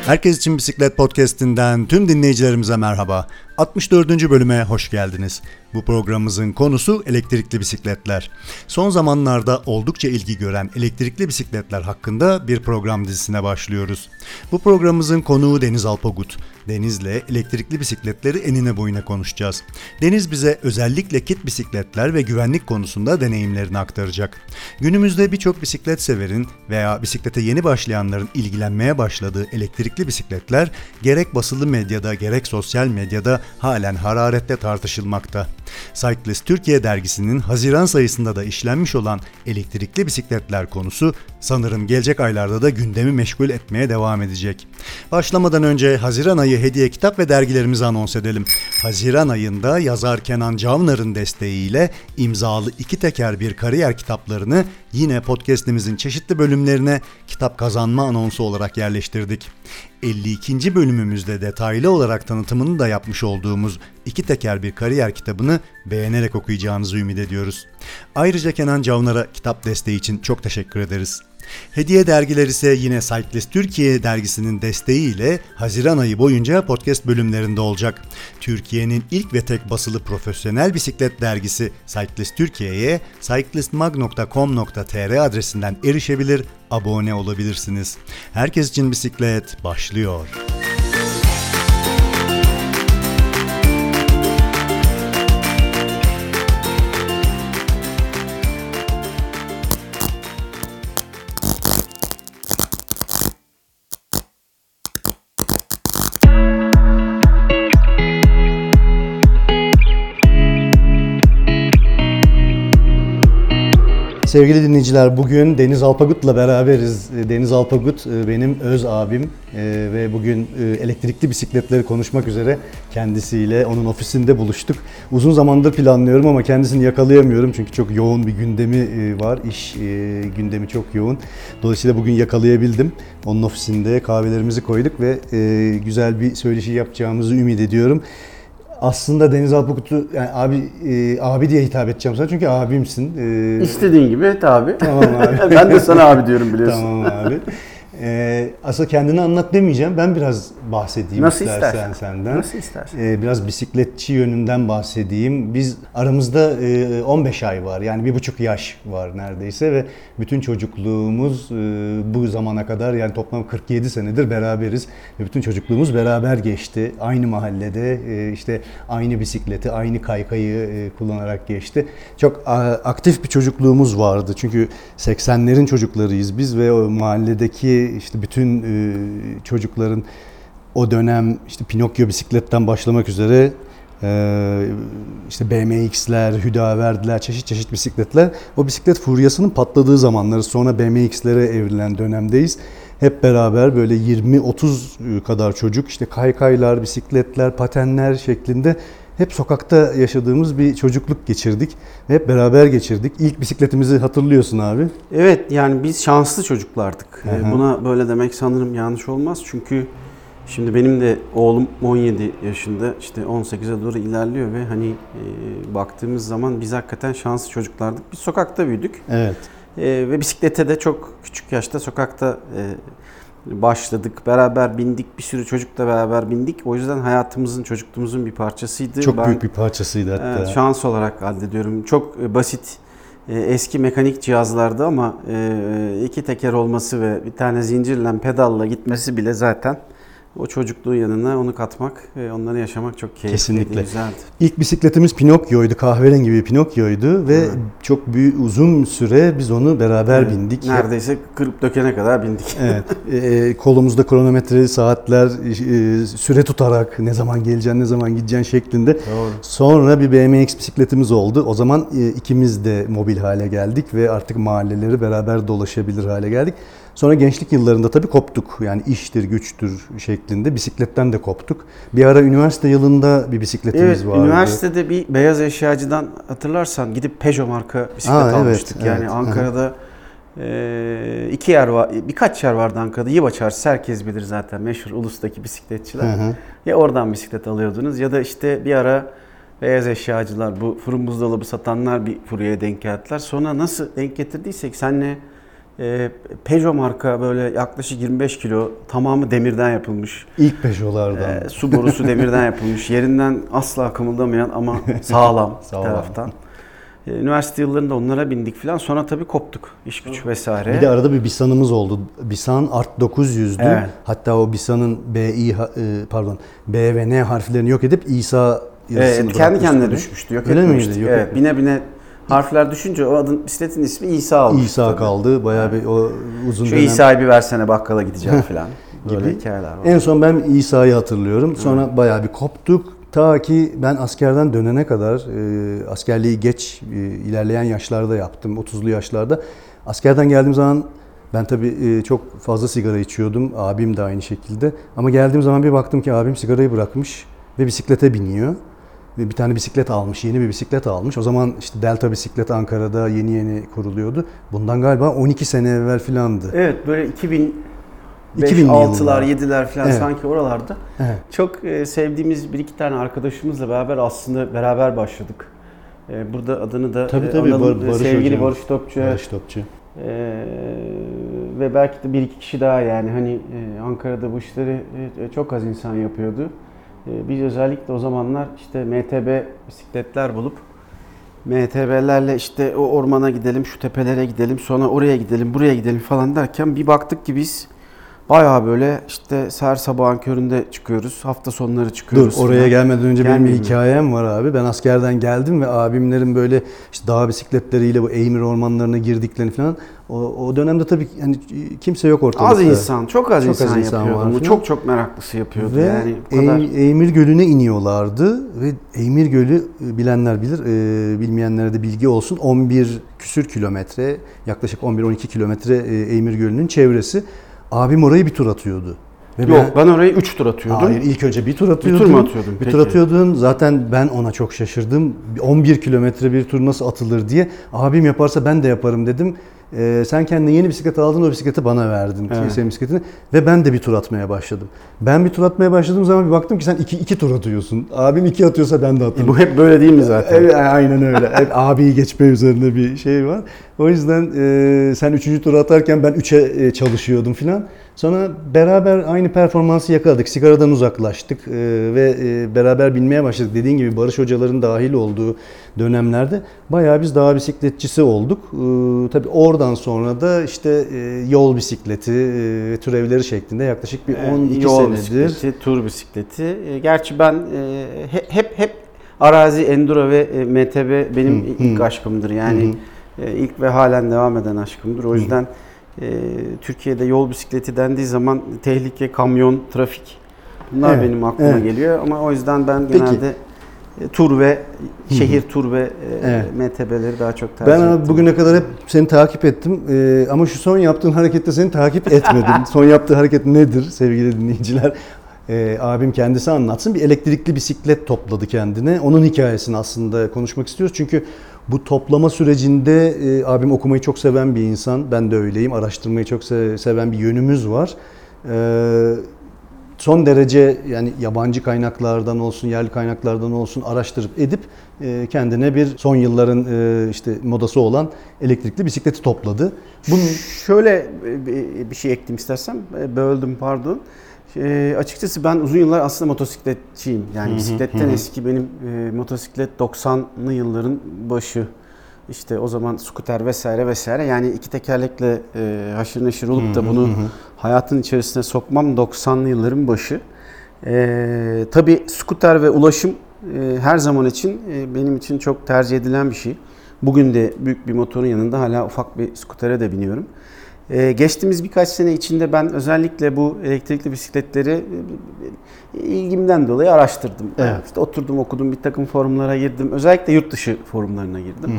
Herkes için Bisiklet Podcast'inden tüm dinleyicilerimize merhaba. 64. bölüme hoş geldiniz. Bu programımızın konusu elektrikli bisikletler. Son zamanlarda oldukça ilgi gören elektrikli bisikletler hakkında bir program dizisine başlıyoruz. Bu programımızın konuğu Deniz Alpagut. Deniz'le elektrikli bisikletleri enine boyuna konuşacağız. Deniz bize özellikle kit bisikletler ve güvenlik konusunda deneyimlerini aktaracak. Günümüzde birçok bisiklet severin veya bisiklete yeni başlayanların ilgilenmeye başladığı elektrikli bisikletler gerek basılı medyada gerek sosyal medyada halen hararetle tartışılmakta. Cyclist Türkiye dergisinin Haziran sayısında da işlenmiş olan elektrikli bisikletler konusu sanırım gelecek aylarda da gündemi meşgul etmeye devam edecek. Başlamadan önce Haziran ayı hediye kitap ve dergilerimizi anons edelim. Haziran ayında yazar Kenan Cavnar'ın desteğiyle imzalı 2 teker bir kariyer kitaplarını yine podcast'imizin çeşitli bölümlerine kitap kazanma anonsu olarak yerleştirdik. 52. bölümümüzde detaylı olarak tanıtımını da yapmış olduğumuz 2 teker bir kariyer kitabını beğenerek okuyacağınızı ümit ediyoruz. Ayrıca Kenan Cavnar'a kitap desteği için çok teşekkür ederiz. Hediye dergiler ise yine Cyclist Türkiye dergisinin desteğiyle Haziran ayı boyunca podcast bölümlerinde olacak. Türkiye'nin ilk ve tek basılı profesyonel bisiklet dergisi Cyclist Türkiye'ye cyclistmag.com.tr adresinden erişebilir, abone olabilirsiniz. Herkes için bisiklet başlıyor. Sevgili dinleyiciler, bugün Deniz Alpagut'la beraberiz. Deniz Alpagut benim öz abim ve bugün elektrikli bisikletleri konuşmak üzere kendisiyle onun ofisinde buluştuk. Uzun zamandır planlıyorum ama kendisini yakalayamıyorum çünkü çok yoğun bir gündemi var. İş gündemi çok yoğun. Dolayısıyla bugün yakalayabildim. Onun ofisinde kahvelerimizi koyduk ve güzel bir söyleşi yapacağımızı ümit ediyorum. Aslında Deniz Alpagut'u yani abi diye hitap edeceğim sana çünkü abimsin. İstediğin gibi et abi. Tamam abi. Ben de sana abi diyorum biliyorsun. Tamam abi. Aslında kendini anlat demeyeceğim. Ben biraz bahsedeyim Nasıl istersen senden. Nasıl istersen. Biraz bisikletçi yönünden bahsedeyim. Biz aramızda 15 ay var. Yani 1,5 yaş var neredeyse ve bütün çocukluğumuz bu zamana kadar yani toplam 47 senedir beraberiz. Ve bütün çocukluğumuz beraber geçti. Aynı mahallede işte aynı bisikleti, aynı kaykayı kullanarak geçti. Çok aktif bir çocukluğumuz vardı. Çünkü 80'lerin çocuklarıyız biz ve o mahalledeki işte bütün çocukların o dönem işte Pinokyo bisikletten başlamak üzere işte BMX'ler, Hüdaverdiler, çeşit bisikletler. O bisiklet furyasının patladığı zamanları, sonra BMX'lere evrilen dönemdeyiz. Hep beraber böyle 20-30 kadar çocuk işte kaykaylar, bisikletler, patenler şeklinde hep sokakta yaşadığımız bir çocukluk geçirdik. Hep beraber geçirdik. İlk bisikletimizi hatırlıyorsun abi. Evet, yani biz şanslı çocuklardık. Buna böyle demek sanırım yanlış olmaz. Çünkü şimdi benim de oğlum 17 yaşında, işte 18'e doğru ilerliyor ve hani baktığımız zaman biz hakikaten şanslı çocuklardık. Biz sokakta büyüdük. Evet. Ve bisiklete de çok küçük yaşta sokakta başladık. Beraber bindik. Bir sürü çocukla beraber bindik. O yüzden hayatımızın, çocukluğumuzun bir parçasıydı. Çok büyük bir parçasıydı hatta. Şans olarak addediyorum. Çok basit eski mekanik cihazlardı ama 2 teker olması ve bir tane zincirle pedalla gitmesi bile zaten o çocukluğun yanına onu katmak, onları yaşamak çok keyifliydi, kesinlikle güzeldi. İlk bisikletimiz Pinokyo'ydu, kahverengi bir Pinokyo'ydu ve çok büyük uzun süre biz onu beraber bindik. Neredeyse kırıp dökene kadar bindik. Evet, kolumuzda kronometre, saatler, süre tutarak ne zaman geleceğin, ne zaman gideceğin şeklinde. Doğru. Sonra bir BMX bisikletimiz oldu. O zaman ikimiz de mobil hale geldik ve artık mahalleleri beraber dolaşabilir hale geldik. Sonra gençlik yıllarında tabii koptuk. Yani iştir, güçtür şeklinde bisikletten de koptuk. Bir ara üniversite yılında bir bisikletimiz vardı. Üniversitede bir beyaz eşyacıdan hatırlarsan gidip Peugeot marka bisiklet almıştık. Evet, yani evet. Ankara'da 2 yer var, birkaç yer vardı Ankara'da. Yiva Çarşısı herkes bilir zaten, meşhur Ulus'taki bisikletçiler. Ya oradan bisiklet alıyordunuz ya da işte bir ara beyaz eşyacılar, bu fırın buzdolabı satanlar bir furyaya denk geldiler. Sonra nasıl denk getirdiysek senle Peugeot marka böyle yaklaşık 25 kilo, tamamı demirden yapılmış. İlk Peugeot'lardan. Su borusu demirden yapılmış. Yerinden asla kımıldamayan ama sağlam bir taraftan. Üniversite yıllarında onlara bindik falan. Sonra tabii koptuk. İş güç vesaire. Bir de arada bir Bisan'ımız oldu. Bisan Art 900'dü. Evet. Hatta o Bisan'ın B ve N harflerini yok edip İsa yazısını kendi kendine bırakmıştı. düşmüştü. Yok Öyle etmemiştik. miydi? Yok Evet, bine harfler düşünce o bisikletin ismi İsa olmuş. İsa tabii. kaldı. Bayağı bir o uzun Şu dönem İsa'yı bir versene bakkala gideceğim falan. Böyle gibi. hikayeler var. En son ben İsa'yı hatırlıyorum. Sonra bayağı bir koptuk. Ta ki ben askerden dönene kadar askerliği geç ilerleyen yaşlarda yaptım. 30'lu yaşlarda. Askerden geldiğim zaman ben tabii çok fazla sigara içiyordum. Abim de aynı şekilde. Ama geldiğim zaman bir baktım ki abim sigarayı bırakmış ve bisiklete biniyor. Ve bir tane bisiklet almış, yeni bir bisiklet almış. O zaman işte Delta bisiklet Ankara'da yeni kuruluyordu. Bundan galiba 12 sene evvel filandı. Evet, böyle 2005, 2000'li 6'lar, yıllar. 7'ler falan Evet. sanki oralarda. Evet. Çok sevdiğimiz bir iki tane arkadaşımızla beraber başladık. Burada adını da Tabii, analım. Barış Sevgili Hocam. Barış Topçu. Barış Topçu. Ve belki de bir iki kişi daha, yani hani Ankara'da bu işleri çok az insan yapıyordu. Biz özellikle o zamanlar işte MTB bisikletler bulup MTB'lerle işte o ormana gidelim, şu tepelere gidelim, sonra oraya gidelim, buraya gidelim falan derken bir baktık ki biz bayağı böyle işte her sabahın köründe çıkıyoruz, hafta sonları çıkıyoruz. Dur, oraya falan. gelmeden önce benim bir Gelmeyeyim mi? hikayem var abi. Ben askerden geldim ve abimlerin böyle işte dağ bisikletleriyle bu Eymir ormanlarına girdiklerini falan. O dönemde tabii yani kimse yok ortalıkta. Az insan, çok az insan var yapıyordu bunu. falan. Çok meraklısı yapıyordu Ve yani. Bu kadar. Eymir Gölü'ne iniyorlardı ve Eymir Gölü bilenler bilir, bilmeyenlere de bilgi olsun. 11 küsür kilometre, yaklaşık 11-12 kilometre Eymir Gölü'nün çevresi. Abim orayı bir tur atıyordu. Ve Yok, ben orayı 3 tur atıyordum. Hayır, ilk önce bir tur atıyordun. Bir tur mu atıyordun? Bir Peki. tur atıyordun. Zaten ben ona çok şaşırdım. 11 kilometre bir tur nasıl atılır diye. Abim yaparsa ben de yaparım dedim. Sen kendine yeni bisiklet aldın, o bisikleti bana verdin. Evet. Senin bisikletini. Ve ben de bir tur atmaya başladım. Ben bir tur atmaya başladığım zaman bir baktım ki sen iki tur atıyorsun. Abim 2 atıyorsa ben de atarım. Bu hep böyle değil mi zaten? Evet, aynen öyle. Hep abiyi geçme üzerinde bir şey var. O yüzden sen 3. turu atarken ben 3'e çalışıyordum filan. Sonra beraber aynı performansı yakaladık. Sigaradan uzaklaştık ve beraber binmeye başladık. Dediğin gibi Barış hocaların dahil olduğu dönemlerde bayağı biz dağ bisikletçisi olduk. Tabii oradan sonra da işte yol bisikleti türevleri şeklinde yaklaşık bir 12 yol senedir. bisikleti, tur bisikleti. Gerçi ben hep arazi, enduro ve MTB benim ilk aşkımdır. Yani ilk ve halen devam eden aşkımdır. O yüzden Türkiye'de yol bisikleti dendiği zaman tehlike, kamyon, trafik, bunlar benim aklıma geliyor. Ama o yüzden ben genelde tur ve şehir tur ve MTB'leri daha çok tercih ettim. Ben bugüne kadar hep seni takip ettim ama şu son yaptığın harekette seni takip etmedim. Son yaptığı hareket nedir sevgili dinleyiciler? Abim kendisi anlatsın. Bir elektrikli bisiklet topladı kendine. Onun hikayesini aslında konuşmak istiyoruz. Çünkü bu toplama sürecinde abim okumayı çok seven bir insan. Ben de öyleyim. Araştırmayı çok seven bir yönümüz var. Son derece yani yabancı kaynaklardan olsun, yerli kaynaklardan olsun araştırıp edip kendine bir son yılların işte modası olan elektrikli bisikleti topladı. Şöyle bir şey ekleyeyim istersem, böldüm pardon. Açıkçası ben uzun yıllar aslında motosikletçiyim. Yani bisikletten eski benim motosiklet 90'lı yılların başı. İşte o zaman skuter vesaire yani iki tekerlekle haşır neşir olup da bunu hayatın içerisine sokmam 90'lı yılların başı. Tabii skuter ve ulaşım her zaman için benim için çok tercih edilen bir şey. Bugün de büyük bir motorun yanında hala ufak bir skutere de biniyorum. Geçtiğimiz birkaç sene içinde ben özellikle bu elektrikli bisikletleri ilgimden dolayı araştırdım. Evet. İşte oturdum, okudum, bir takım forumlara girdim. Özellikle yurt dışı forumlarına girdim.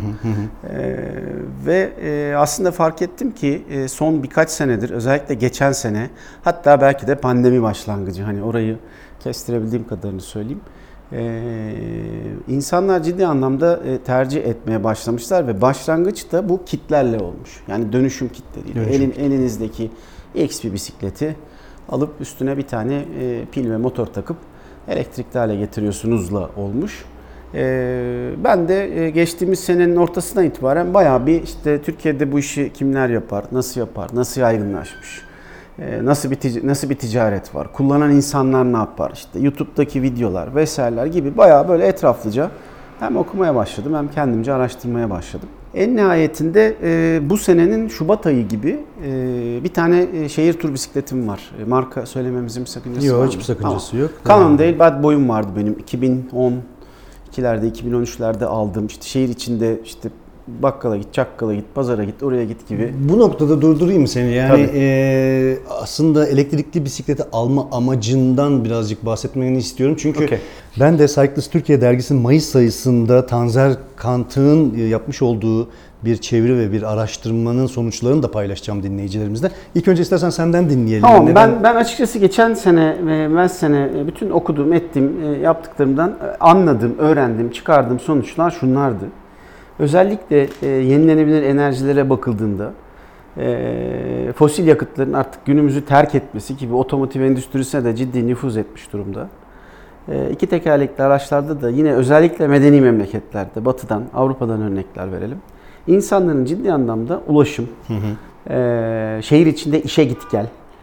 Ve aslında fark ettim ki son birkaç senedir, özellikle geçen sene, hatta belki de pandemi başlangıcı, hani orayı kestirebildiğim kadarını söyleyeyim. İnsanlar ciddi anlamda tercih etmeye başlamışlar ve başlangıç da bu kitlerle olmuş. Yani dönüşüm kitleriyle. Elinizdeki X bir bisikleti alıp üstüne bir tane pil ve motor takıp elektrikli hale getiriyorsunuzla olmuş. Ben de geçtiğimiz senenin ortasından itibaren bayağı bir işte Türkiye'de bu işi kimler yapar, nasıl yaygınlaşmış, nasıl bir ticaret var, kullanan insanlar ne yapar, işte YouTube'daki videolar vesaireler gibi bayağı böyle etraflıca hem okumaya başladım hem kendimce araştırmaya başladım. En nihayetinde bu senenin Şubat ayı gibi bir tane şehir tur bisikletim var. Marka söylememizin bir sakıncası var mı? Yok, hiçbir sakıncası yok. Cannondale Bad Boy'um vardı benim 2012'lerde, 2013'lerde aldığım, işte şehir içinde işte bakkala git, çakkala git, pazara git, oraya git gibi. Bu noktada durdurayım seni. Yani aslında elektrikli bisikleti alma amacından birazcık bahsetmeni istiyorum. Çünkü ben de Cyclist Türkiye dergisinin Mayıs sayısında Tanzer Kantık'ın yapmış olduğu bir çeviri ve bir araştırmanın sonuçlarını da paylaşacağım dinleyicilerimizle. İlk önce istersen senden dinleyelim. Tamam, ben açıkçası geçen sene ve evvel sene bütün okuduğum, ettiğim, yaptıklarımdan anladığım, öğrendiğim, çıkardığım sonuçlar şunlardı. Özellikle yenilenebilir enerjilere bakıldığında fosil yakıtların artık günümüzü terk etmesi gibi otomotiv endüstrisine de ciddi nüfuz etmiş durumda. İki tekerlekli araçlarda da yine özellikle medeni memleketlerde, Batı'dan, Avrupa'dan örnekler verelim. İnsanların ciddi anlamda ulaşım, şehir içinde işe git gel,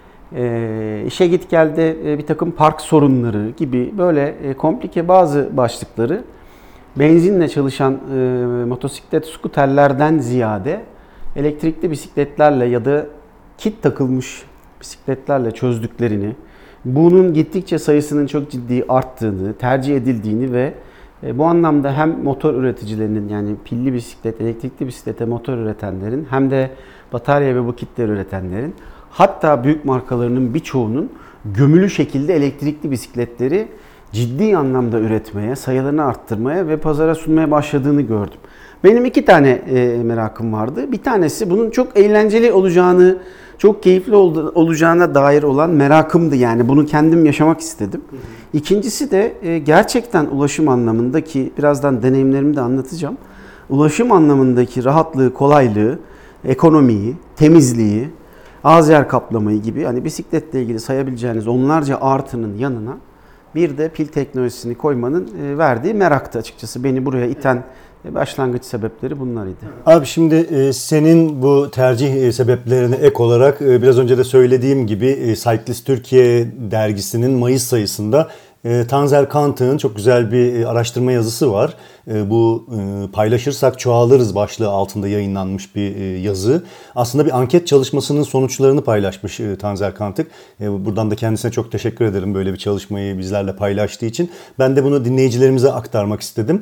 işe git gelde bir takım park sorunları gibi böyle komplike bazı başlıkları benzinle çalışan motosiklet, skuterlerden ziyade elektrikli bisikletlerle ya da kit takılmış bisikletlerle çözdüklerini, bunun gittikçe sayısının çok ciddi arttığını, tercih edildiğini ve bu anlamda hem motor üreticilerinin, yani pilli bisiklet, elektrikli bisiklete motor üretenlerin hem de batarya ve bu kitleri üretenlerin, hatta büyük markalarının birçoğunun gömülü şekilde elektrikli bisikletleri ciddi anlamda üretmeye, sayılarını arttırmaya ve pazara sunmaya başladığını gördüm. Benim iki tane merakım vardı. Bir tanesi bunun çok eğlenceli olacağını, çok keyifli olacağına dair olan merakımdı. Yani bunu kendim yaşamak istedim. İkincisi de gerçekten ulaşım anlamındaki, birazdan deneyimlerimi de anlatacağım. Ulaşım anlamındaki rahatlığı, kolaylığı, ekonomiyi, temizliği, az yer kaplamayı gibi hani bisikletle ilgili sayabileceğiniz onlarca artının yanına bir de pil teknolojisini koymanın verdiği meraktı açıkçası. Beni buraya iten başlangıç sebepleri bunlarıydı. Abi şimdi senin bu tercih sebeplerine ek olarak biraz önce de söylediğim gibi Cyclist Türkiye dergisinin Mayıs sayısında Tanzer Kantık'ın çok güzel bir araştırma yazısı var. Bu paylaşırsak çoğalırız başlığı altında yayınlanmış bir yazı. Aslında bir anket çalışmasının sonuçlarını paylaşmış Tanzer Kantık. Buradan da kendisine çok teşekkür ederim böyle bir çalışmayı bizlerle paylaştığı için. Ben de bunu dinleyicilerimize aktarmak istedim.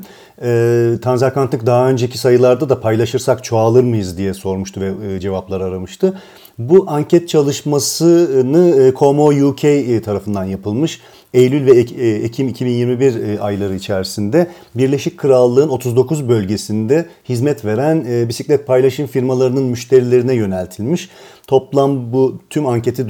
Tanzer Kantık daha önceki sayılarda da paylaşırsak çoğalır mıyız diye sormuştu ve cevaplar aramıştı. Bu anket çalışmasını Como UK tarafından yapılmış. Eylül ve Ekim 2021 ayları içerisinde Birleşik Krallığın 39 bölgesinde hizmet veren bisiklet paylaşım firmalarının müşterilerine yöneltilmiş. Toplam bu tüm anketi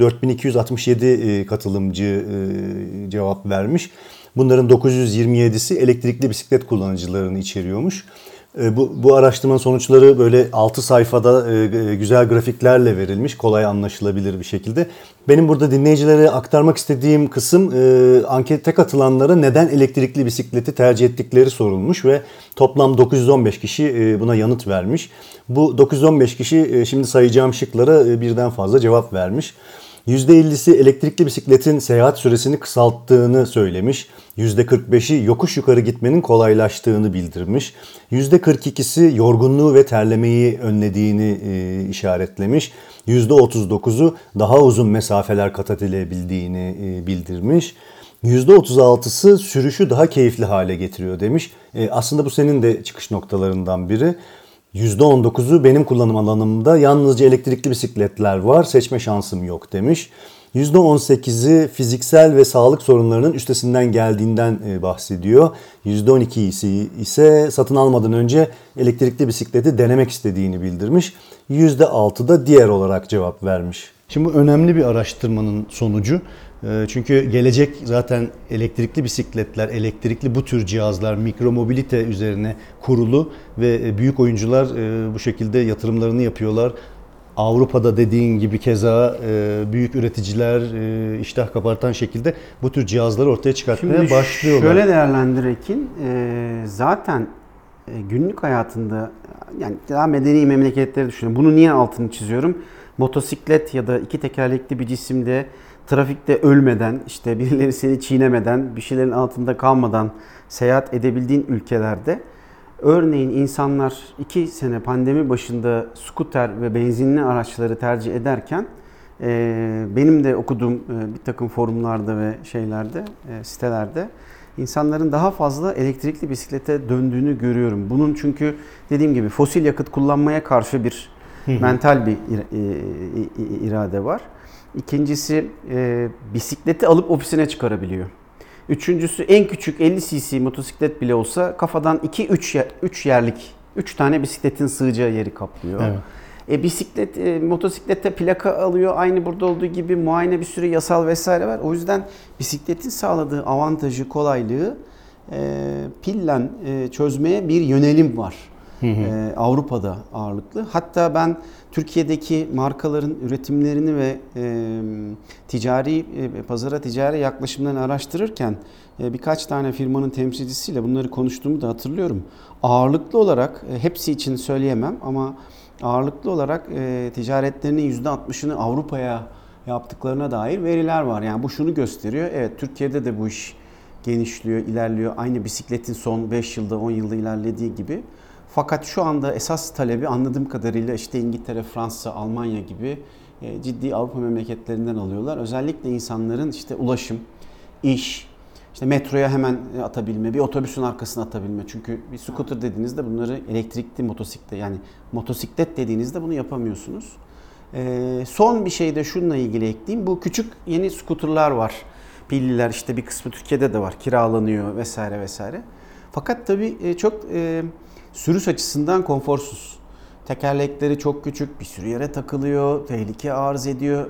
4267 katılımcı cevap vermiş. Bunların 927'si elektrikli bisiklet kullanıcılarını içeriyormuş. Bu araştırmanın sonuçları böyle 6 sayfada güzel grafiklerle verilmiş, kolay anlaşılabilir bir şekilde. Benim burada dinleyicilere aktarmak istediğim kısım ankete katılanlara neden elektrikli bisikleti tercih ettikleri sorulmuş ve toplam 915 kişi buna yanıt vermiş. Bu 915 kişi şimdi sayacağım şıklara birden fazla cevap vermiş. %50'si elektrikli bisikletin seyahat süresini kısalttığını söylemiş. %45'i yokuş yukarı gitmenin kolaylaştığını bildirmiş. %42'si yorgunluğu ve terlemeyi önlediğini işaretlemiş. %39'u daha uzun mesafeler kat edilebildiğini bildirmiş. %36'sı sürüşü daha keyifli hale getiriyor demiş. Aslında bu senin de çıkış noktalarından biri. %19'u benim kullanım alanımda yalnızca elektrikli bisikletler var, seçme şansım yok demiş. %18'i fiziksel ve sağlık sorunlarının üstesinden geldiğinden bahsediyor. %12'si ise satın almadan önce elektrikli bisikleti denemek istediğini bildirmiş. %6 da diğer olarak cevap vermiş. Şimdi bu önemli bir araştırmanın sonucu. Çünkü gelecek zaten elektrikli bisikletler, elektrikli bu tür cihazlar, mikromobilite üzerine kurulu ve büyük oyuncular bu şekilde yatırımlarını yapıyorlar. Avrupa'da dediğin gibi keza büyük üreticiler iştah kabartan şekilde bu tür cihazları ortaya çıkartmaya başlıyorlar. Şöyle değerlendir Ekin, zaten günlük hayatında yani daha medeni memleketleri düşünün. Bunu niye altını çiziyorum? Motosiklet ya da iki tekerlekli bir cisimde trafikte ölmeden, işte birileri seni çiğnemeden, bir şeylerin altında kalmadan seyahat edebildiğin ülkelerde örneğin insanlar 2 sene pandemi başında scooter ve benzinli araçları tercih ederken benim de okuduğum bir takım forumlarda ve sitelerde insanların daha fazla elektrikli bisiklete döndüğünü görüyorum. Bunun çünkü dediğim gibi fosil yakıt kullanmaya karşı bir mental bir irade var. İkincisi bisikleti alıp ofisine çıkarabiliyor. Üçüncüsü en küçük 50 cc motosiklet bile olsa kafadan 2-3 yerlik 3 tane bisikletin sığacağı yeri kaplıyor. Evet. Motosiklette plaka alıyor. Aynı burada olduğu gibi muayene bir sürü yasal vesaire var. O yüzden bisikletin sağladığı avantajı, kolaylığı pillen çözmeye bir yönelim var. Avrupa'da ağırlıklı. Hatta ben Türkiye'deki markaların üretimlerini ve pazara ticari yaklaşımlarını araştırırken birkaç tane firmanın temsilcisiyle bunları konuştuğumu da hatırlıyorum. Ağırlıklı olarak, hepsi için söyleyemem ama ağırlıklı olarak ticaretlerinin %60'ını Avrupa'ya yaptıklarına dair veriler var. Yani bu şunu gösteriyor. Evet, Türkiye'de de bu iş genişliyor, ilerliyor. Aynı bisikletin son 5 yılda, 10 yılda ilerlediği gibi. Fakat şu anda esas talebi anladığım kadarıyla işte İngiltere, Fransa, Almanya gibi ciddi Avrupa memleketlerinden alıyorlar. Özellikle insanların işte ulaşım, iş, işte metroya hemen atabilme, bir otobüsün arkasına atabilme. Çünkü bir scooter dediğinizde bunları elektrikli motosiklet, yani motosiklet dediğinizde bunu yapamıyorsunuz. Son bir şey de şununla ilgili ekleyeyim. Bu küçük yeni scooterlar var. Pilliler, işte bir kısmı Türkiye'de de var. Kiralanıyor vesaire vesaire. Fakat tabii çok sürüş açısından konforsuz. Tekerlekleri çok küçük, bir sürü yere takılıyor, tehlike arz ediyor.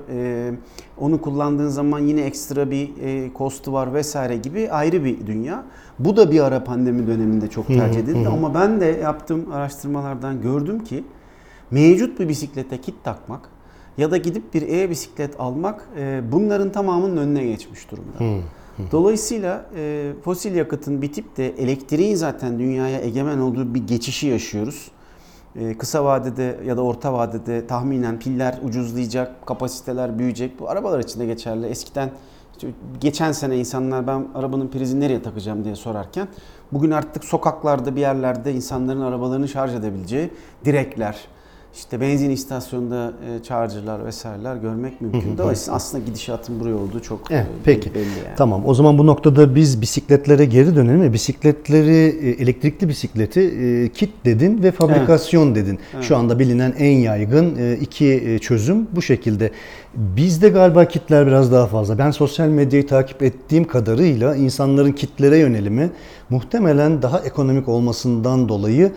Onu kullandığın zaman yine ekstra bir kostu var vesaire gibi ayrı bir dünya. Bu da bir ara pandemi döneminde çok tercih edildi ama ben de yaptığım araştırmalardan gördüm ki mevcut bir bisiklete kit takmak ya da gidip bir e-bisiklet almak bunların tamamının önüne geçmiş durumda. Dolayısıyla fosil yakıtın bitip de elektriğin zaten dünyaya egemen olduğu bir geçişi yaşıyoruz. Kısa vadede ya da orta vadede tahminen piller ucuzlayacak, kapasiteler büyüyecek. Bu arabalar için de geçerli. Eskiden geçen sene insanlar ben arabanın prizini nereye takacağım diye sorarken bugün artık sokaklarda bir yerlerde insanların arabalarını şarj edebileceği direkler, İşte benzin istasyonunda charger'lar vesaireler görmek mümkün. Dolayısıyla aslında gidişatın buraya olduğu çok peki. belli yani. Tamam. O zaman bu noktada biz bisikletlere geri dönelim ve bisikletleri, elektrikli bisikleti kit dedin ve fabrikasyon dedin. Evet. Şu anda bilinen en yaygın iki çözüm bu şekilde. Bizde galiba kitler biraz daha fazla. Ben sosyal medyayı takip ettiğim kadarıyla insanların kitlere yönelimi muhtemelen daha ekonomik olmasından dolayı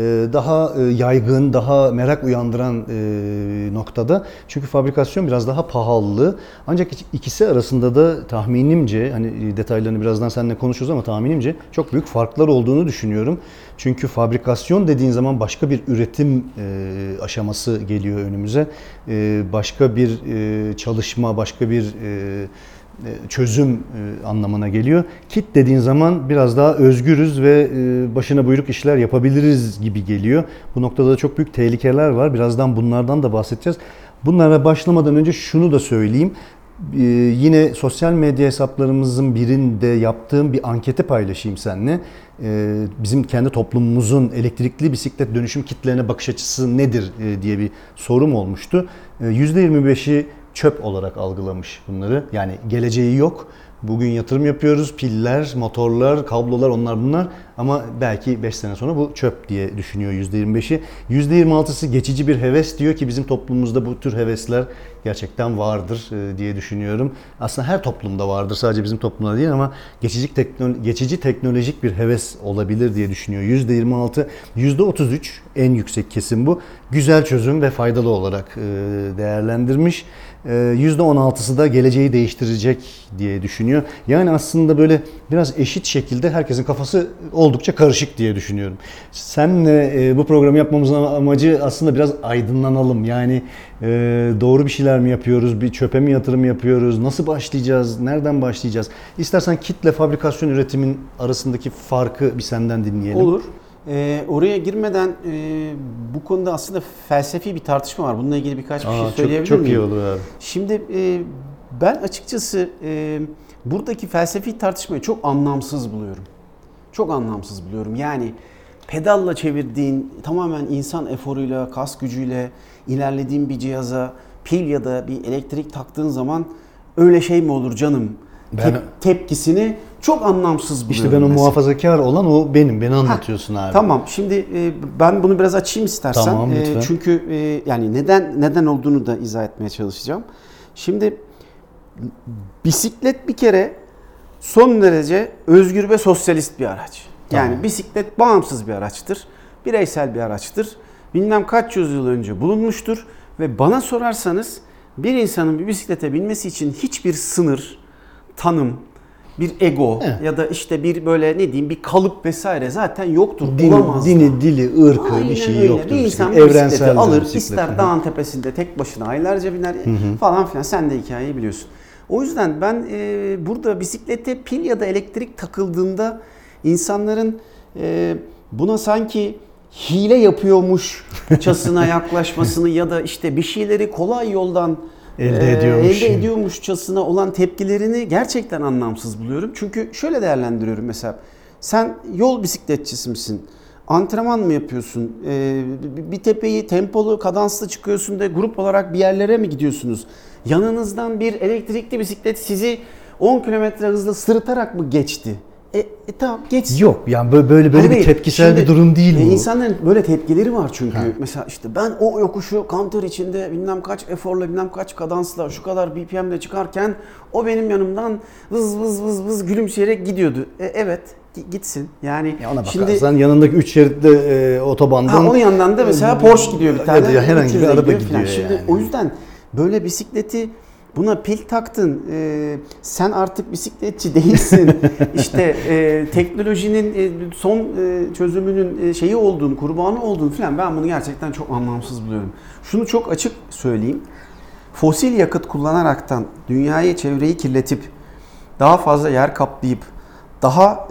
daha yaygın, daha merak uyandıran noktada. Çünkü fabrikasyon biraz daha pahalı. Ancak ikisi arasında da tahminimce, hani detaylarını birazdan seninle konuşuruz ama tahminimce çok büyük farklar olduğunu düşünüyorum. Çünkü fabrikasyon dediğin zaman başka bir üretim aşaması geliyor önümüze. Başka bir çalışma, başka bir çözüm anlamına geliyor. Kit dediğin zaman biraz daha özgürüz ve başına buyruk işler yapabiliriz gibi geliyor. Bu noktada da çok büyük tehlikeler var. Birazdan bunlardan da bahsedeceğiz. Bunlara başlamadan önce şunu da söyleyeyim. Yine sosyal medya hesaplarımızın birinde yaptığım bir anketi paylaşayım seninle. Bizim kendi toplumumuzun elektrikli bisiklet dönüşüm kitlerine bakış açısı nedir diye bir sorum olmuştu. %25'i çöp olarak algılamış bunları. Yani geleceği yok. Bugün yatırım yapıyoruz. Piller, motorlar, kablolar, onlar bunlar. Ama belki 5 sene sonra bu çöp diye düşünüyor %25'i. %26'sı geçici bir heves diyor ki bizim toplumumuzda bu tür hevesler gerçekten vardır diye düşünüyorum. Aslında her toplumda vardır. Sadece bizim toplumda değil ama geçici teknolojik bir heves olabilir diye düşünüyor. %26, %33 en yüksek kesim bu. Güzel çözüm ve faydalı olarak değerlendirmiş. %16'sı da geleceği değiştirecek diye düşünüyor. Yani aslında böyle biraz eşit şekilde herkesin kafası olmuyor oldukça karışık diye düşünüyorum. Seninle bu programı yapmamızın amacı aslında biraz aydınlanalım. Yani doğru bir şeyler mi yapıyoruz, bir çöpe mi yatırım yapıyoruz, nasıl başlayacağız, nereden başlayacağız? İstersen kitle fabrikasyon üretimin arasındaki farkı bir senden dinleyelim. Olur. Oraya girmeden bu konuda aslında felsefi bir tartışma var. Bununla ilgili birkaç bir şey söyleyebilir çok miyim? iyi olur abi. Şimdi ben açıkçası buradaki felsefi tartışmayı çok anlamsız buluyorum. Çok anlamsız buluyorum. Yani pedalla çevirdiğin, tamamen insan eforuyla, kas gücüyle ilerlediğin bir cihaza pil ya da bir elektrik taktığın zaman öyle şey mi olur canım? Tepkisini çok anlamsız buluyorum. İşte ben o muhafazakar olan o benim. Beni anlatıyorsun abi. Tamam. Şimdi ben bunu biraz açayım istersen. Tamam, lütfen. Çünkü yani neden olduğunu da izah etmeye çalışacağım. Şimdi bisiklet bir kere son derece özgür ve sosyalist bir araç. Yani Tamam. bisiklet bağımsız bir araçtır. Bireysel bir araçtır. Bilmem kaç yüzyıl önce bulunmuştur ve bana sorarsanız bir insanın bir bisiklete binmesi için hiçbir sınır, tanım, bir ego ya da işte bir böyle ne diyeyim bir kalıp vesaire zaten yoktur. Olamaz. Dini, dili, ırkı Aynen bir şey öyle. yoktur. Bir insan Evrensel bisikleti alır, bisiklet. ister dağın tepesinde tek başına aylarca biner falan filan. Sen de hikayeyi biliyorsun. O yüzden ben burada bisiklete pil ya da elektrik takıldığında insanların buna sanki hile yapıyormuşçasına yaklaşmasını ya da işte bir şeyleri kolay yoldan elde ediyormuşçasına olan tepkilerini gerçekten anlamsız buluyorum. Çünkü şöyle değerlendiriyorum mesela. Sen yol bisikletçisi misin? Antrenman mı yapıyorsun? Bir tepeyi tempolu, kadanslı çıkıyorsun da grup olarak bir yerlere mi gidiyorsunuz? Yanınızdan bir elektrikli bisiklet sizi 10 kilometre hızla sırıtarak mı geçti? Tamam geçsin. Yok yani böyle bir tepkisel bir durum değil bu. İnsanların böyle tepkileri var çünkü. Mesela işte ben o yokuşu kanter içinde bilmem kaç eforla bilmem kaç kadansla şu kadar BPM'le çıkarken o benim yanımdan vız vız vız vız gülümseyerek gidiyordu. Evet gitsin. Yani ya ona bakarsan yanındaki 3 şeritli otobandan onun yanından da mesela Porsche gidiyor bir tane. Ya herhangi bir araba gidiyor Şimdi yani. o yüzden böyle bisikleti buna pil taktın, sen artık bisikletçi değilsin, işte teknolojinin son çözümünün şeyi oldun, kurbanı oldun falan. Ben bunu gerçekten çok anlamsız buluyorum. Şunu çok açık söyleyeyim. Fosil yakıt kullanaraktan dünyayı, çevreyi kirletip daha fazla yer kaplayıp daha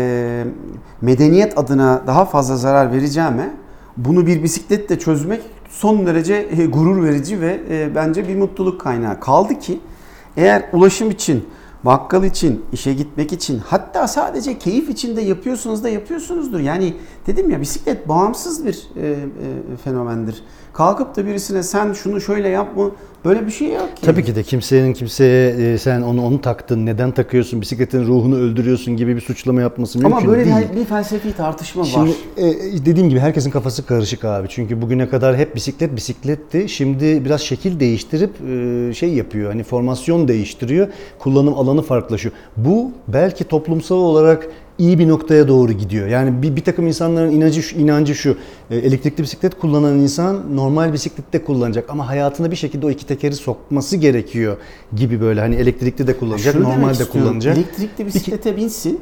medeniyet adına daha fazla zarar vereceğime bunu bir bisikletle çözmek son derece gurur verici ve bence bir mutluluk kaynağı. Kaldı ki eğer ulaşım için, bakkal için, işe gitmek için hatta sadece keyif için de yapıyorsunuz da yapıyorsunuzdur. Yani dedim ya bisiklet bağımsız bir fenomendir. Kalkıp da birisine sen şunu şöyle yapma böyle bir şey yok ki. Tabii ki de kimseye sen onu taktın, neden takıyorsun, bisikletin ruhunu öldürüyorsun gibi bir suçlama yapması mümkün değil. Ama böyle bir felsefi tartışma var. Şimdi dediğim gibi herkesin kafası karışık abi. Çünkü bugüne kadar hep bisikletti. Şimdi biraz şekil değiştirip şey yapıyor. Hani formasyon değiştiriyor. Kullanım alanı farklılaşıyor. Bu belki toplumsal olarak iyi bir noktaya doğru gidiyor. Yani bir takım insanların inancı şu. Elektrikli bisiklet kullanan insan normal bisiklette kullanacak ama hayatına bir şekilde o iki tekeri sokması gerekiyor gibi böyle. Hani elektrikli de kullanacak, normal de kullanacak. Elektrikli bisiklete binsin.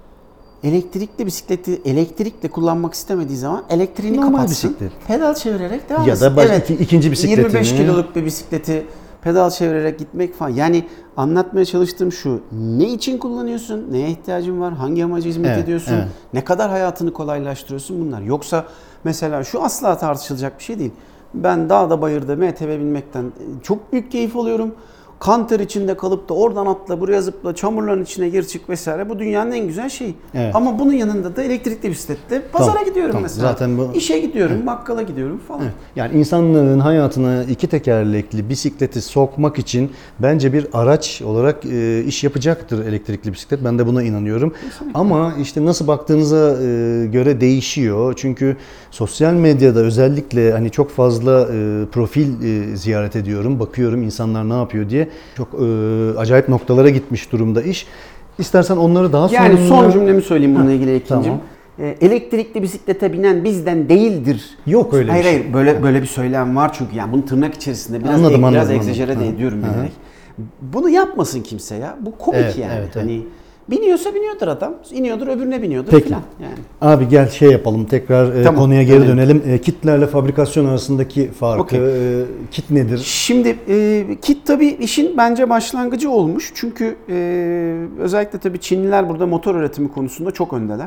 Elektrikli bisikleti elektrikle kullanmak istemediği zaman elektriğini normal kapatsın. bisiklet. Pedal çevirerek devam etsin. Ya da ikinci bisikletini. 25 kiloluk bir bisikleti pedal çevirerek gitmek falan. Yani anlatmaya çalıştığım şu. Ne için kullanıyorsun? Neye ihtiyacın var? Hangi amaca hizmet ediyorsun? Evet. Ne kadar hayatını kolaylaştırıyorsun bunlar. Yoksa mesela şu asla tartışılacak bir şey değil. Ben dağda bayırda MTB binmekten çok büyük keyif alıyorum. Kanter içinde kalıp da oradan atla, buraya zıpla, çamurların içine gir çık vesaire. Bu dünyanın en güzel şeyi. Evet. Ama bunun yanında da elektrikli bisikletle pazara gidiyorum mesela. Zaten bu... İşe gidiyorum, bakkala gidiyorum falan. Evet. Yani insanların hayatına iki tekerlekli bisikleti sokmak için bence bir araç olarak iş yapacaktır elektrikli bisiklet. Ben de buna inanıyorum. Kesinlikle. Ama işte nasıl baktığınıza göre değişiyor. Çünkü sosyal medyada özellikle hani çok fazla profil ziyaret ediyorum. Bakıyorum insanlar ne yapıyor diye. Çok acayip noktalara gitmiş durumda iş. İstersen onları daha sonra... Yani son cümlemi söyleyeyim bununla ilgili ikincim. Tamam. Elektrikli bisiklete binen bizden değildir. Yok öyle hayır, bir şey. Hayır böyle bir söylem var çünkü yani bunu tırnak içerisinde biraz egzajere de ediyorum bilerek. Bunu yapmasın kimse ya. Bu komik yani. Evet. Hani Biniyorsa biniyordur adam. İniyordur öbürüne biniyordur Peki. falan yani. Abi gel şey yapalım tekrar Tamam. konuya geri dönelim. Kitlerle fabrikasyon arasındaki farkı, kit nedir? Şimdi kit tabii işin bence başlangıcı olmuş. Çünkü özellikle tabii Çinliler burada motor üretimi konusunda çok öndeler.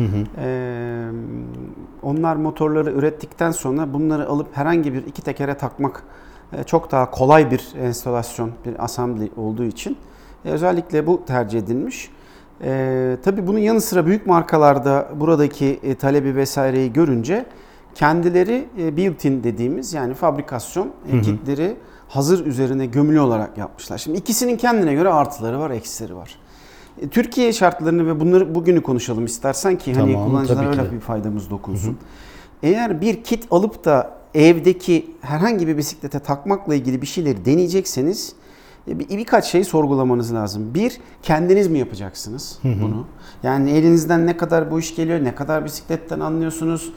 Onlar motorları ürettikten sonra bunları alıp herhangi bir iki tekere takmak çok daha kolay bir enstalasyon, bir assembly olduğu için özellikle bu tercih edilmiş. Tabii bunun yanı sıra büyük markalarda buradaki talebi vesaireyi görünce kendileri built-in dediğimiz yani fabrikasyon kitleri hazır üzerine gömülü olarak yapmışlar. Şimdi ikisinin kendine göre artıları var, eksileri var. Türkiye şartlarını ve bunları bugünü konuşalım istersen ki hani kullanıcılara öyle bir faydamız dokunsun. Eğer bir kit alıp da evdeki herhangi bir bisiklete takmakla ilgili bir şeyleri deneyecekseniz birkaç şeyi sorgulamanız lazım. Bir, kendiniz mi yapacaksınız bunu? Yani elinizden ne kadar bu iş geliyor, ne kadar bisikletten anlıyorsunuz?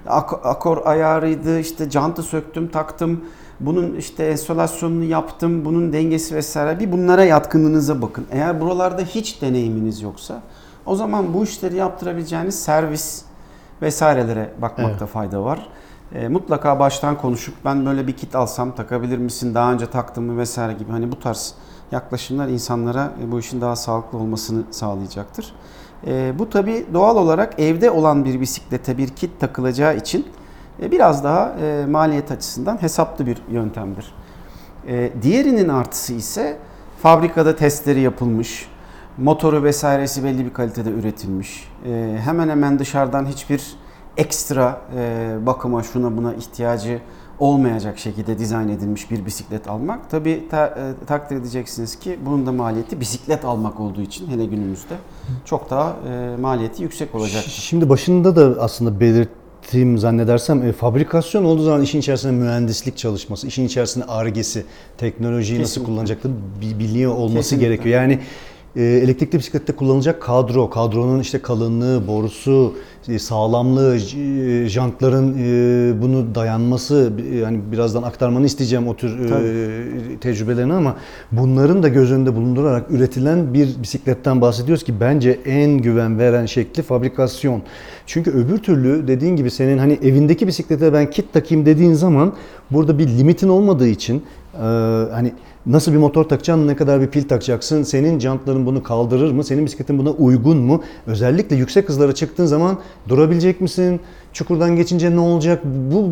Akor ayarıydı, işte jantı söktüm, taktım. Bunun işte enstalasyonunu yaptım, bunun dengesi vesaire. Bir bunlara yatkınlığınıza bakın. Eğer buralarda hiç deneyiminiz yoksa o zaman bu işleri yaptırabileceğiniz servis vesairelere bakmakta fayda var. Mutlaka baştan konuşup ben böyle bir kit alsam takabilir misin, daha önce taktım mı vesaire gibi hani bu tarz yaklaşımlar insanlara bu işin daha sağlıklı olmasını sağlayacaktır. Bu tabii doğal olarak evde olan bir bisiklete bir kit takılacağı için biraz daha maliyet açısından hesaplı bir yöntemdir. Diğerinin artısı ise fabrikada testleri yapılmış, motoru vesairesi belli bir kalitede üretilmiş. Hemen hemen dışarıdan hiçbir ekstra bakıma şuna buna ihtiyacı olmayacak şekilde dizayn edilmiş bir bisiklet almak. Tabii takdir edeceksiniz ki bunun da maliyeti bisiklet almak olduğu için hele günümüzde çok daha maliyeti yüksek olacak. Şimdi başında da aslında belirttiğim zannedersem fabrikasyon olduğu zaman işin içerisinde mühendislik çalışması, işin içerisinde Ar-Ge'si, teknolojiyi nasıl kullanacakları biliyor olması gerekiyor. Yani elektrikli bisiklette kullanılacak kadronun işte kalınlığı, borusu, sağlamlığı, jantların bunu dayanması, yani birazdan aktarmanı isteyeceğim o tür tecrübelerini ama bunların da göz önünde bulundurarak üretilen bir bisikletten bahsediyoruz ki bence en güven veren şekli fabrikasyon. Çünkü öbür türlü dediğin gibi senin hani evindeki bisiklete ben kit takayım dediğin zaman burada bir limitin olmadığı için hani nasıl bir motor takacaksın, ne kadar bir pil takacaksın, senin jantların bunu kaldırır mı, senin bisikletin buna uygun mu? Özellikle yüksek hızlara çıktığın zaman durabilecek misin? Çukurdan geçince ne olacak?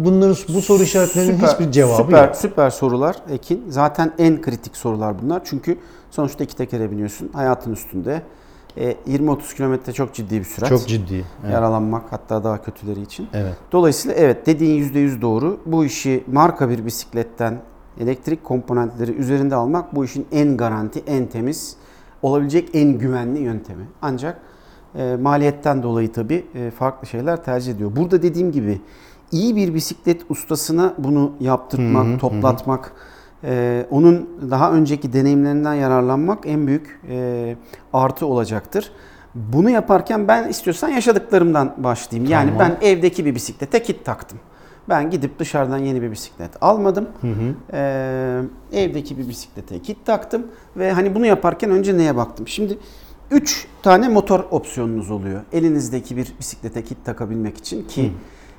Bu soru işaretlerinin hiçbir cevabı yok. Süper sorular Ekin. Zaten en kritik sorular bunlar. Çünkü sonuçta iki tekere biniyorsun. Hayatın üstünde. 20-30 kilometre çok ciddi bir sürat. Çok ciddi. Evet. Yaralanmak hatta daha kötüleri için. Evet. Dolayısıyla evet dediğin %100 doğru. Bu işi marka bir bisikletten elektrik komponentleri üzerinde almak bu işin en garanti, en temiz, olabilecek en güvenli yöntemi. Ancak maliyetten dolayı tabii farklı şeyler tercih ediyor. Burada dediğim gibi iyi bir bisiklet ustasına bunu yaptırtmak, toplatmak, onun daha önceki deneyimlerinden yararlanmak en büyük artı olacaktır. Bunu yaparken ben istiyorsan yaşadıklarımdan başlayayım. Yani ben evdeki bir bisiklete kit taktım. Ben gidip dışarıdan yeni bir bisiklet almadım. Evdeki bir bisiklete kit taktım ve hani bunu yaparken önce neye baktım? Şimdi 3 tane motor opsiyonunuz oluyor. Elinizdeki bir bisiklete kit takabilmek için ki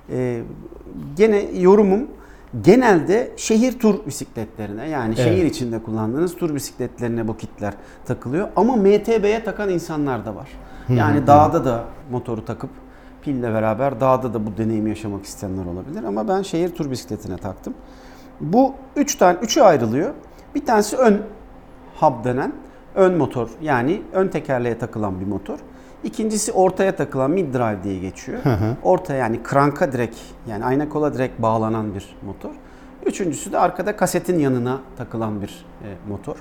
gene yorumum genelde şehir tur bisikletlerine yani şehir içinde kullandığınız tur bisikletlerine bu kitler takılıyor. Ama MTB'ye takan insanlar da var. Yani dağda da motoru takıp pille beraber dağda da bu deneyimi yaşamak isteyenler olabilir ama ben şehir tur bisikletine taktım. Bu 3'ü ayrılıyor. Bir tanesi ön hub denen ön motor yani ön tekerleğe takılan bir motor. İkincisi ortaya takılan mid drive diye geçiyor. Ortaya yani kranka direkt yani ayna kola direkt bağlanan bir motor. Üçüncüsü de arkada kasetin yanına takılan bir motor.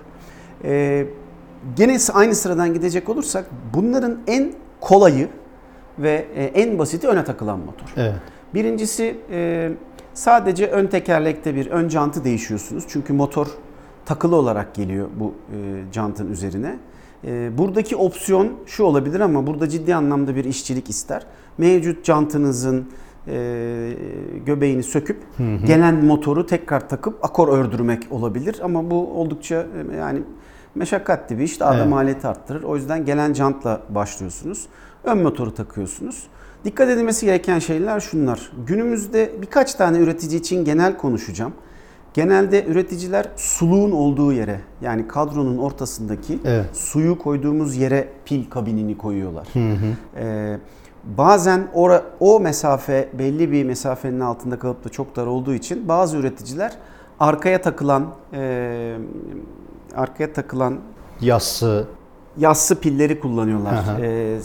Gene aynı sıradan gidecek olursak bunların en kolayı ve en basiti öne takılan motor. Evet. Birincisi sadece ön tekerlekte bir ön jantı değişiyorsunuz. Çünkü motor takılı olarak geliyor bu jantın üzerine. Buradaki opsiyon şu olabilir ama burada ciddi anlamda bir işçilik ister. Mevcut jantınızın göbeğini söküp gelen motoru tekrar takıp akor ördürmek olabilir. Ama bu oldukça yani Meşakkatli bir iş, daha da Evet. maliyeti arttırır. O yüzden gelen jantla başlıyorsunuz. Ön motoru takıyorsunuz. Dikkat edilmesi gereken şeyler şunlar. Günümüzde birkaç tane üretici için genel konuşacağım. Genelde üreticiler suluğun olduğu yere, yani kadronun ortasındaki Evet. suyu koyduğumuz yere pil kabinini koyuyorlar. Bazen o mesafe belli bir mesafenin altında kalıp da çok dar olduğu için bazı üreticiler arkaya takılan yassı pilleri kullanıyorlar. Aha.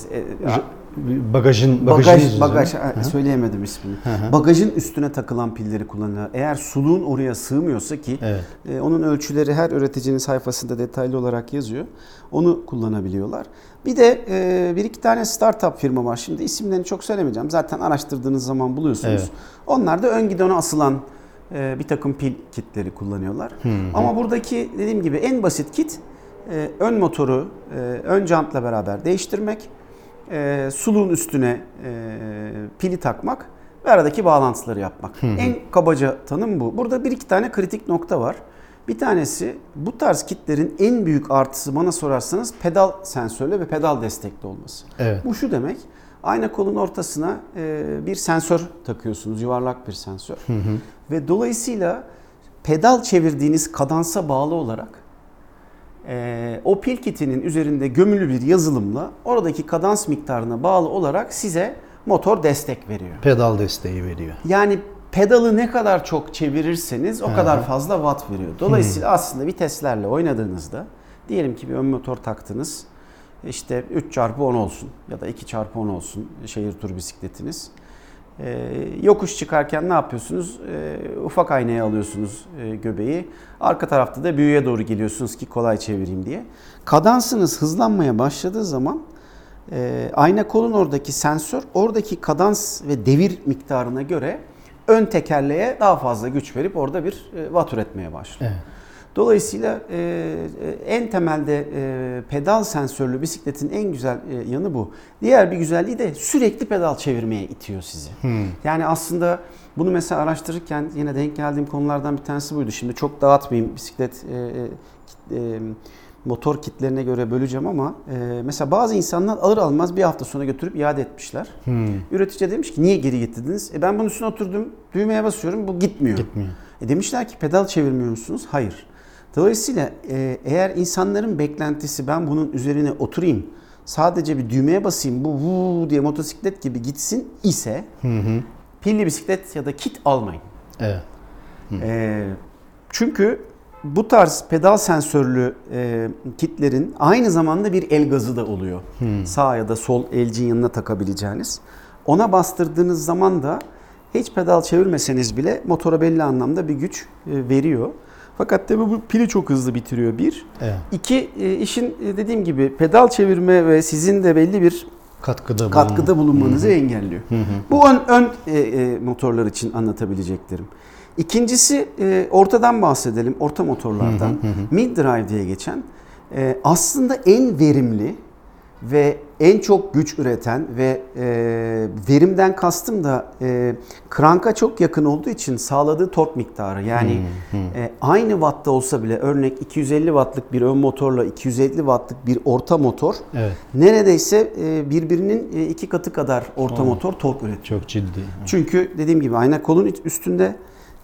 Bagaj üzerine. söyleyemedim ismini. Hı hı. Bagajın üstüne takılan pilleri kullanıyorlar. Eğer suluğun oraya sığmıyorsa ki Evet. onun ölçüleri her üreticinin sayfasında detaylı olarak yazıyor. Onu kullanabiliyorlar. Bir de bir iki tane startup firma var. Şimdi isimlerini çok söylemeyeceğim. Zaten araştırdığınız zaman buluyorsunuz. Evet. Onlar da ön gidona asılan bir takım pil kitleri kullanıyorlar. Ama buradaki dediğim gibi en basit kit ön motoru ön jantla beraber değiştirmek, suluğun üstüne pili takmak ve aradaki bağlantıları yapmak. En kabaca tanım bu. Burada bir iki tane kritik nokta var. Bir tanesi, bu tarz kitlerin en büyük artısı bana sorarsanız pedal sensörlü ve pedal destekli olması. Evet. Bu şu demek, ayna kolun ortasına bir sensör takıyorsunuz, yuvarlak bir sensör. Ve dolayısıyla pedal çevirdiğiniz kadansa bağlı olarak o pil kitinin üzerinde gömülü bir yazılımla oradaki kadans miktarına bağlı olarak size motor destek veriyor. Pedal desteği veriyor. Yani pedalı ne kadar çok çevirirseniz o kadar fazla watt veriyor. Dolayısıyla aslında viteslerle oynadığınızda diyelim ki bir ön motor taktınız. İşte 3x10 olsun ya da 2x10 olsun şehir tur bisikletiniz. Yokuş çıkarken ne yapıyorsunuz? Ufak aynaya alıyorsunuz göbeği. Arka tarafta da büyüğe doğru geliyorsunuz ki kolay çevireyim diye. Kadansınız hızlanmaya başladığı zaman ayna kolun oradaki sensör oradaki kadans ve devir miktarına göre ön tekerleğe daha fazla güç verip orada bir watt üretmeye başlıyor. Evet. Dolayısıyla en temelde pedal sensörlü bisikletin en güzel yanı bu. Diğer bir güzelliği de sürekli pedal çevirmeye itiyor sizi. Yani aslında bunu mesela araştırırken yine denk geldiğim konulardan bir tanesi buydu. Şimdi çok dağıtmayayım bisiklet motor kitlerine göre böleceğim ama mesela bazı insanlar alır almaz bir hafta sonra götürüp iade etmişler. Üretici demiş ki niye geri getirdiniz? Ben bunun üstüne oturdum, düğmeye basıyorum, bu gitmiyor. Demişler ki pedal çevirmiyor musunuz? Hayır. Dolayısıyla eğer insanların beklentisi ben bunun üzerine oturayım, sadece bir düğmeye basayım, bu vuu diye motosiklet gibi gitsin ise pilli bisiklet ya da kit almayın. Evet. Çünkü bu tarz pedal sensörlü kitlerin aynı zamanda bir el gazı da oluyor. Sağ ya da sol elcin yanına takabileceğiniz. Ona bastırdığınız zaman da hiç pedal çevirmeseniz bile motora belli anlamda bir güç veriyor. Fakat tabii bu pili çok hızlı bitiriyor bir. Evet. İki, işin dediğim gibi pedal çevirme ve sizin de belli bir katkıda bulunmanızı engelliyor. Bu ön motorlar için anlatabileceklerim. İkincisi ortadan bahsedelim, orta motorlardan. Mid drive diye geçen aslında en verimli ve en çok güç üreten ve verimden kastım da crank'a çok yakın olduğu için sağladığı tork miktarı. Yani aynı wattta olsa bile örnek 250 wattlık bir ön motorla 250 wattlık bir orta motor neredeyse birbirinin 2 katı kadar orta motor tork üretiyor. Çok ciddi. Çünkü dediğim gibi ayna kolun üstünde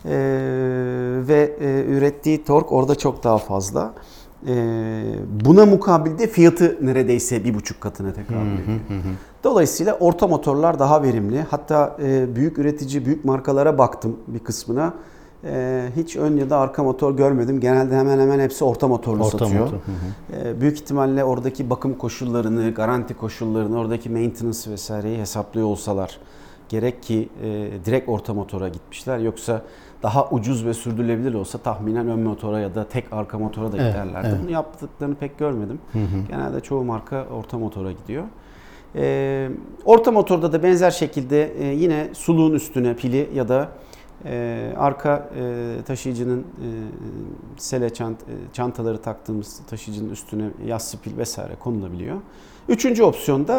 ve ürettiği tork orada çok daha fazla. Buna mukabil de fiyatı neredeyse 1,5 katına tekabül ediyor. Dolayısıyla orta motorlar daha verimli. Hatta büyük üretici, büyük markalara baktım bir kısmına. Hiç ön ya da arka motor görmedim. Genelde hemen hemen hepsi orta motorlu satıyor. Büyük ihtimalle oradaki bakım koşullarını, garanti koşullarını, oradaki maintenance vesaireyi hesaplıyor olsalar gerek ki direkt orta motora gitmişler. Yoksa daha ucuz ve sürdürülebilir olsa tahminen ön motora ya da tek arka motora da giderlerdi. Bunu yaptıklarını pek görmedim. Genelde çoğu marka orta motora gidiyor. Orta motorda da benzer şekilde yine suluğun üstüne pili ya da arka taşıyıcının sele çantaları taktığımız taşıyıcının üstüne yassı pil vesaire konulabiliyor. Üçüncü opsiyonda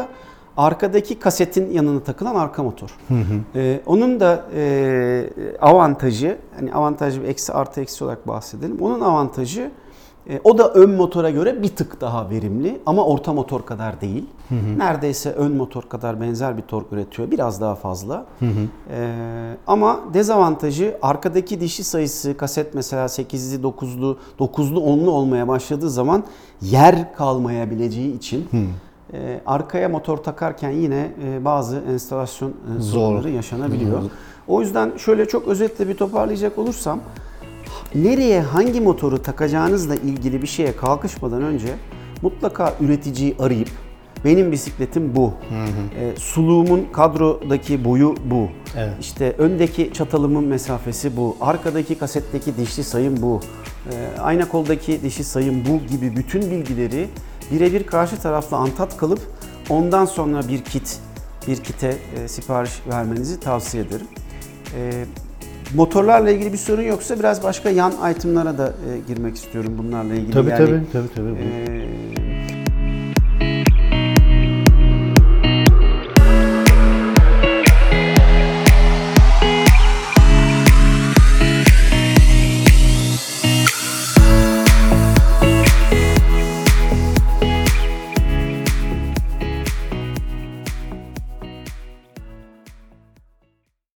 arkadaki kasetin yanına takılan arka motor. Onun da avantajı, hani avantajı eksi artı eksi olarak bahsedelim. Onun avantajı o da ön motora göre bir tık daha verimli ama orta motor kadar değil. Neredeyse ön motor kadar benzer bir tork üretiyor. Biraz daha fazla. Ama dezavantajı arkadaki dişli sayısı kaset mesela 8'li, 9'lu, 9'lu, 10'lu olmaya başladığı zaman yer kalmayabileceği için arkaya motor takarken yine bazı enstalasyon sorunları yaşanabiliyor. O yüzden şöyle çok özetle bir toparlayacak olursam, nereye hangi motoru takacağınızla ilgili bir şeye kalkışmadan önce mutlaka üreticiyi arayıp benim bisikletim bu, suluğumun kadrodaki boyu bu, işte öndeki çatalımın mesafesi bu, arkadaki kasetteki dişli sayım bu, ayna koldaki dişli sayım bu gibi bütün bilgileri birebir karşı tarafla antat kalıp ondan sonra bir kite sipariş vermenizi tavsiye ederim. Motorlarla ilgili bir sorun yoksa biraz başka yan itemlara da girmek istiyorum bunlarla ilgili. Tabii.